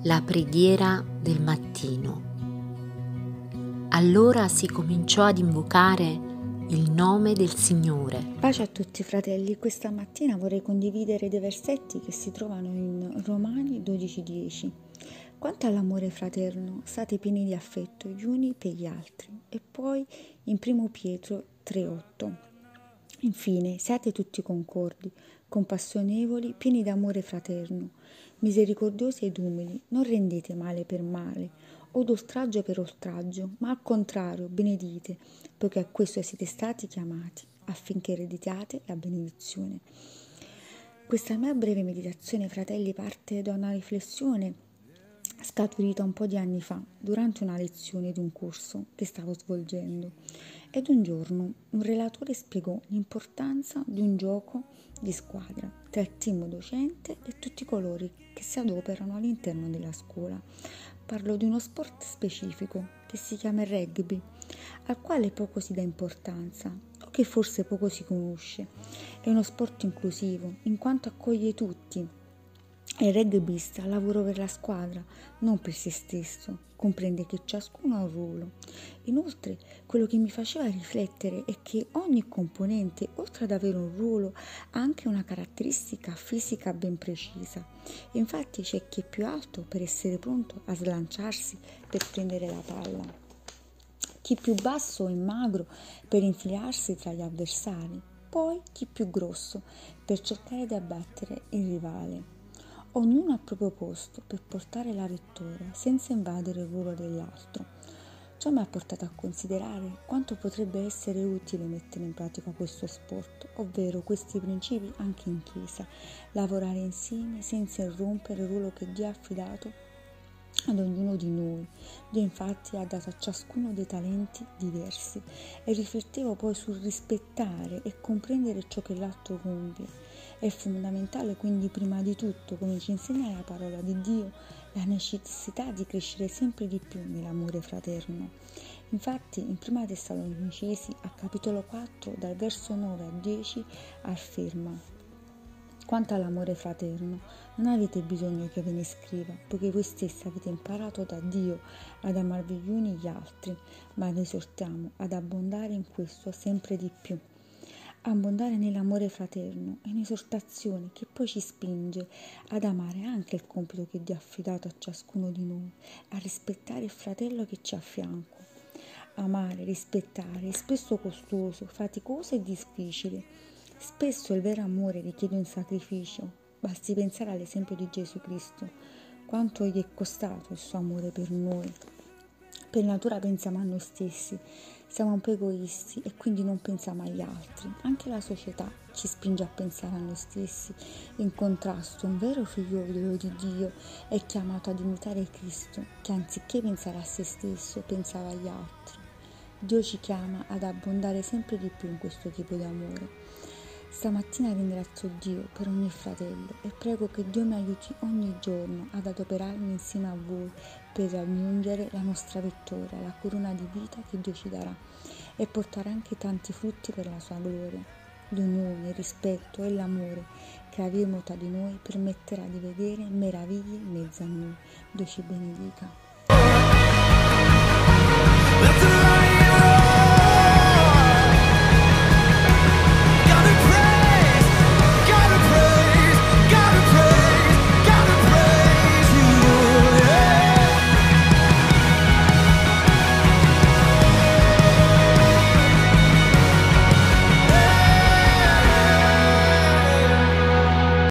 La preghiera del mattino. Allora si cominciò ad invocare il nome del Signore. Pace a tutti fratelli, questa mattina vorrei condividere dei versetti che si trovano in Romani 12,10. Quanto all'amore fraterno, state pieni di affetto gli uni per gli altri. E poi in 1 Pietro 3,8. Infine, siate tutti concordi, compassionevoli, pieni d'amore fraterno, misericordiosi ed umili, non rendete male per male, od oltraggio per oltraggio, ma al contrario benedite, poiché a questo siete stati chiamati, affinché ereditiate la benedizione. Questa mia breve meditazione, fratelli, parte da una riflessione scaturita un po' di anni fa, durante una lezione di un corso che stavo svolgendo. Ed un giorno un relatore spiegò l'importanza di un gioco di squadra tra il team docente e tutti coloro che si adoperano all'interno della scuola. Parlo di uno sport specifico che si chiama il rugby, al quale poco si dà importanza o che forse poco si conosce. È uno sport inclusivo in quanto accoglie tutti. Il rugbista lavora per la squadra, non per se stesso, comprende che ciascuno ha un ruolo. Inoltre, quello che mi faceva riflettere è che ogni componente, oltre ad avere un ruolo, ha anche una caratteristica fisica ben precisa. Infatti c'è chi è più alto per essere pronto a slanciarsi per prendere la palla, chi più basso e magro per infilarsi tra gli avversari, poi chi più grosso per cercare di abbattere il rivale. Ognuno al proprio posto per portare la vittoria senza invadere il ruolo dell'altro. Ciò mi ha portato a considerare quanto potrebbe essere utile mettere in pratica questo sport, ovvero questi principi anche in chiesa, lavorare insieme senza irrompere il ruolo che Dio ha affidato ad ognuno di noi. Dio infatti ha dato a ciascuno dei talenti diversi e riflettevo poi sul rispettare e comprendere ciò che l'altro compie. È fondamentale quindi prima di tutto, come ci insegna la parola di Dio, la necessità di crescere sempre di più nell'amore fraterno. Infatti in 1 Tessalonicesi al capitolo 4 dal verso 9 a 10 afferma: quanto all'amore fraterno, non avete bisogno che ve ne scriva, poiché voi stessi avete imparato da Dio ad amarvi gli uni gli altri, ma vi esortiamo ad abbondare in questo sempre di più. Abbondare nell'amore fraterno è un'esortazione che poi ci spinge ad amare anche il compito che Dio ha affidato a ciascuno di noi, a rispettare il fratello che ci affianca. Amare, rispettare è spesso costoso, faticoso e difficile. Spesso il vero amore richiede un sacrificio. Basti pensare all'esempio di Gesù Cristo, quanto gli è costato il suo amore per noi. Per natura pensiamo a noi stessi, siamo un po' egoisti e quindi non pensiamo agli altri. Anche la società ci spinge a pensare a noi stessi. In contrasto, un vero figliolo di Dio è chiamato ad imitare Cristo, che anziché pensare a se stesso, pensava agli altri. Dio ci chiama ad abbondare sempre di più in questo tipo di amore. Stamattina ringrazio Dio per ogni fratello e prego che Dio mi aiuti ogni giorno ad adoperarmi insieme a voi per raggiungere la nostra vittoria, la corona di vita che Dio ci darà e portare anche tanti frutti per la sua gloria. L'unione, il rispetto e l'amore che la vita muta di noi permetterà di vedere meraviglie in mezzo a noi. Dio ci benedica.